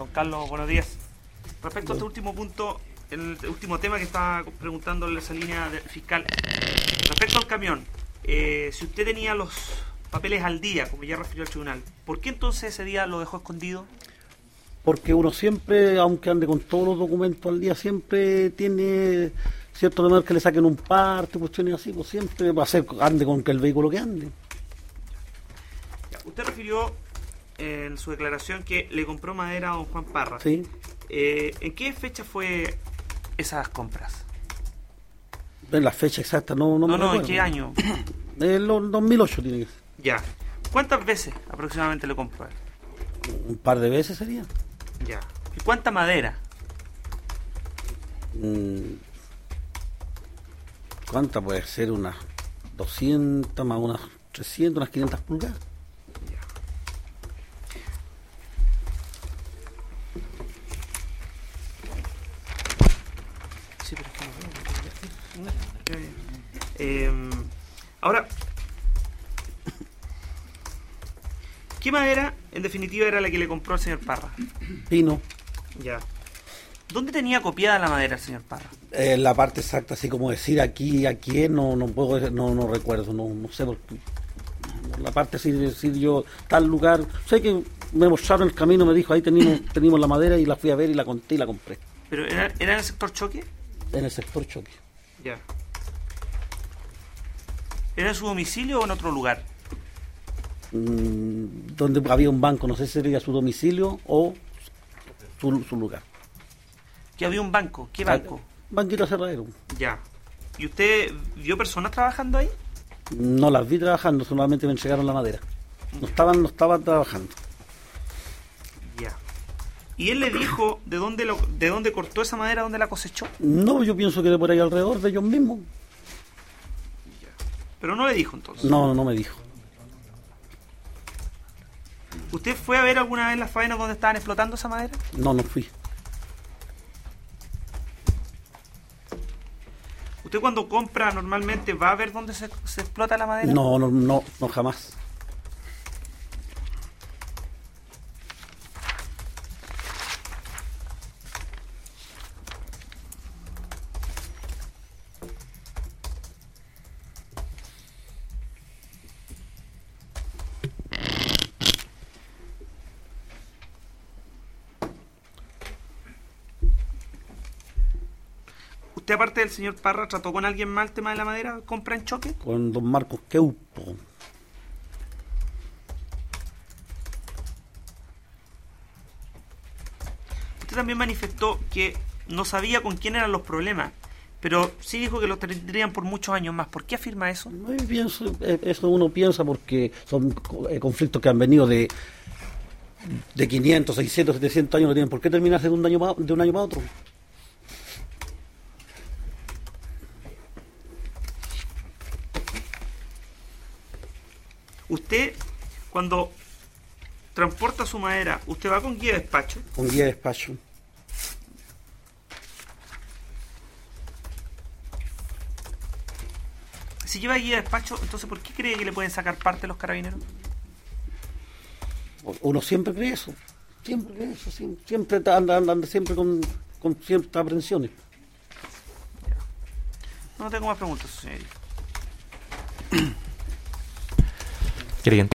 Carlos, buenos días. Respecto a este último punto, el último tema que estaba preguntándole esa línea fiscal, respecto al camión, si usted tenía los papeles al día, como ya refirió el tribunal, ¿por qué entonces ese día lo dejó escondido? Porque uno siempre, aunque ande con todos los documentos al día, siempre tiene cierto temor que le saquen un parte, cuestiones así, pues siempre va a ser, ande con el vehículo que ande. Usted refirió en su declaración que le compró madera a don Juan Parra. Sí. ¿En qué fecha fue esas compras? En la fecha exacta, no me ¿en acuerdo. qué año? En los 2008 tiene que ser. Ya. ¿Cuántas veces aproximadamente le compró él? Un par de veces sería. Ya. ¿Y cuánta madera? ¿Cuánta puede ser? Unas 200 más unas 300, unas 500 pulgadas. Sí, pero es que no veo. Ahora, ¿qué madera en definitiva era la que le compró el señor Parra? Pino. Ya. ¿Dónde tenía copiada la madera el señor Parra? La parte exacta, así como decir aquí, no puedo, no recuerdo, no sé por qué. La parte así de decir yo, tal lugar, sé que me mostraron el camino, me dijo, ahí tenemos la madera y la fui a ver y la conté y la compré. ¿Pero era en el sector Choque? En el sector Choque. Ya. ¿Era en su domicilio o en otro lugar? Donde había un banco, no sé si sería su domicilio o su lugar. ¿Que había un banco? ¿Qué banco? Banquito Cerradero. Ya. ¿Y usted vio personas trabajando ahí? No las vi trabajando, solamente me entregaron la madera. No estaban trabajando. Ya. ¿Y él le dijo de dónde cortó esa madera, dónde la cosechó? No, yo pienso que de por ahí alrededor de ellos mismos. Ya. Pero no le dijo entonces. No me dijo. ¿Usted fue a ver alguna vez las faenas donde estaban explotando esa madera? No fui. ¿Usted cuando compra normalmente va a ver dónde se explota la madera? No, jamás. ¿Usted, aparte del señor Parra, trató con alguien más el tema de la madera? ¿Compra en Choque? Con don Marcos Queupo. Usted también manifestó que no sabía con quién eran los problemas, pero sí dijo que los tendrían por muchos años más. ¿Por qué afirma eso? Eso uno piensa porque son conflictos que han venido de 500, 600, 700 años, no tienen por qué terminarse de un año para otro. Usted, cuando transporta su madera, ¿usted va con guía de despacho? Con guía de despacho. Si lleva guía de despacho, entonces ¿por qué cree que le pueden sacar parte los carabineros? Uno siempre cree eso. Siempre anda siempre con ciertas aprensiones. No tengo más preguntas, señorita. Querido.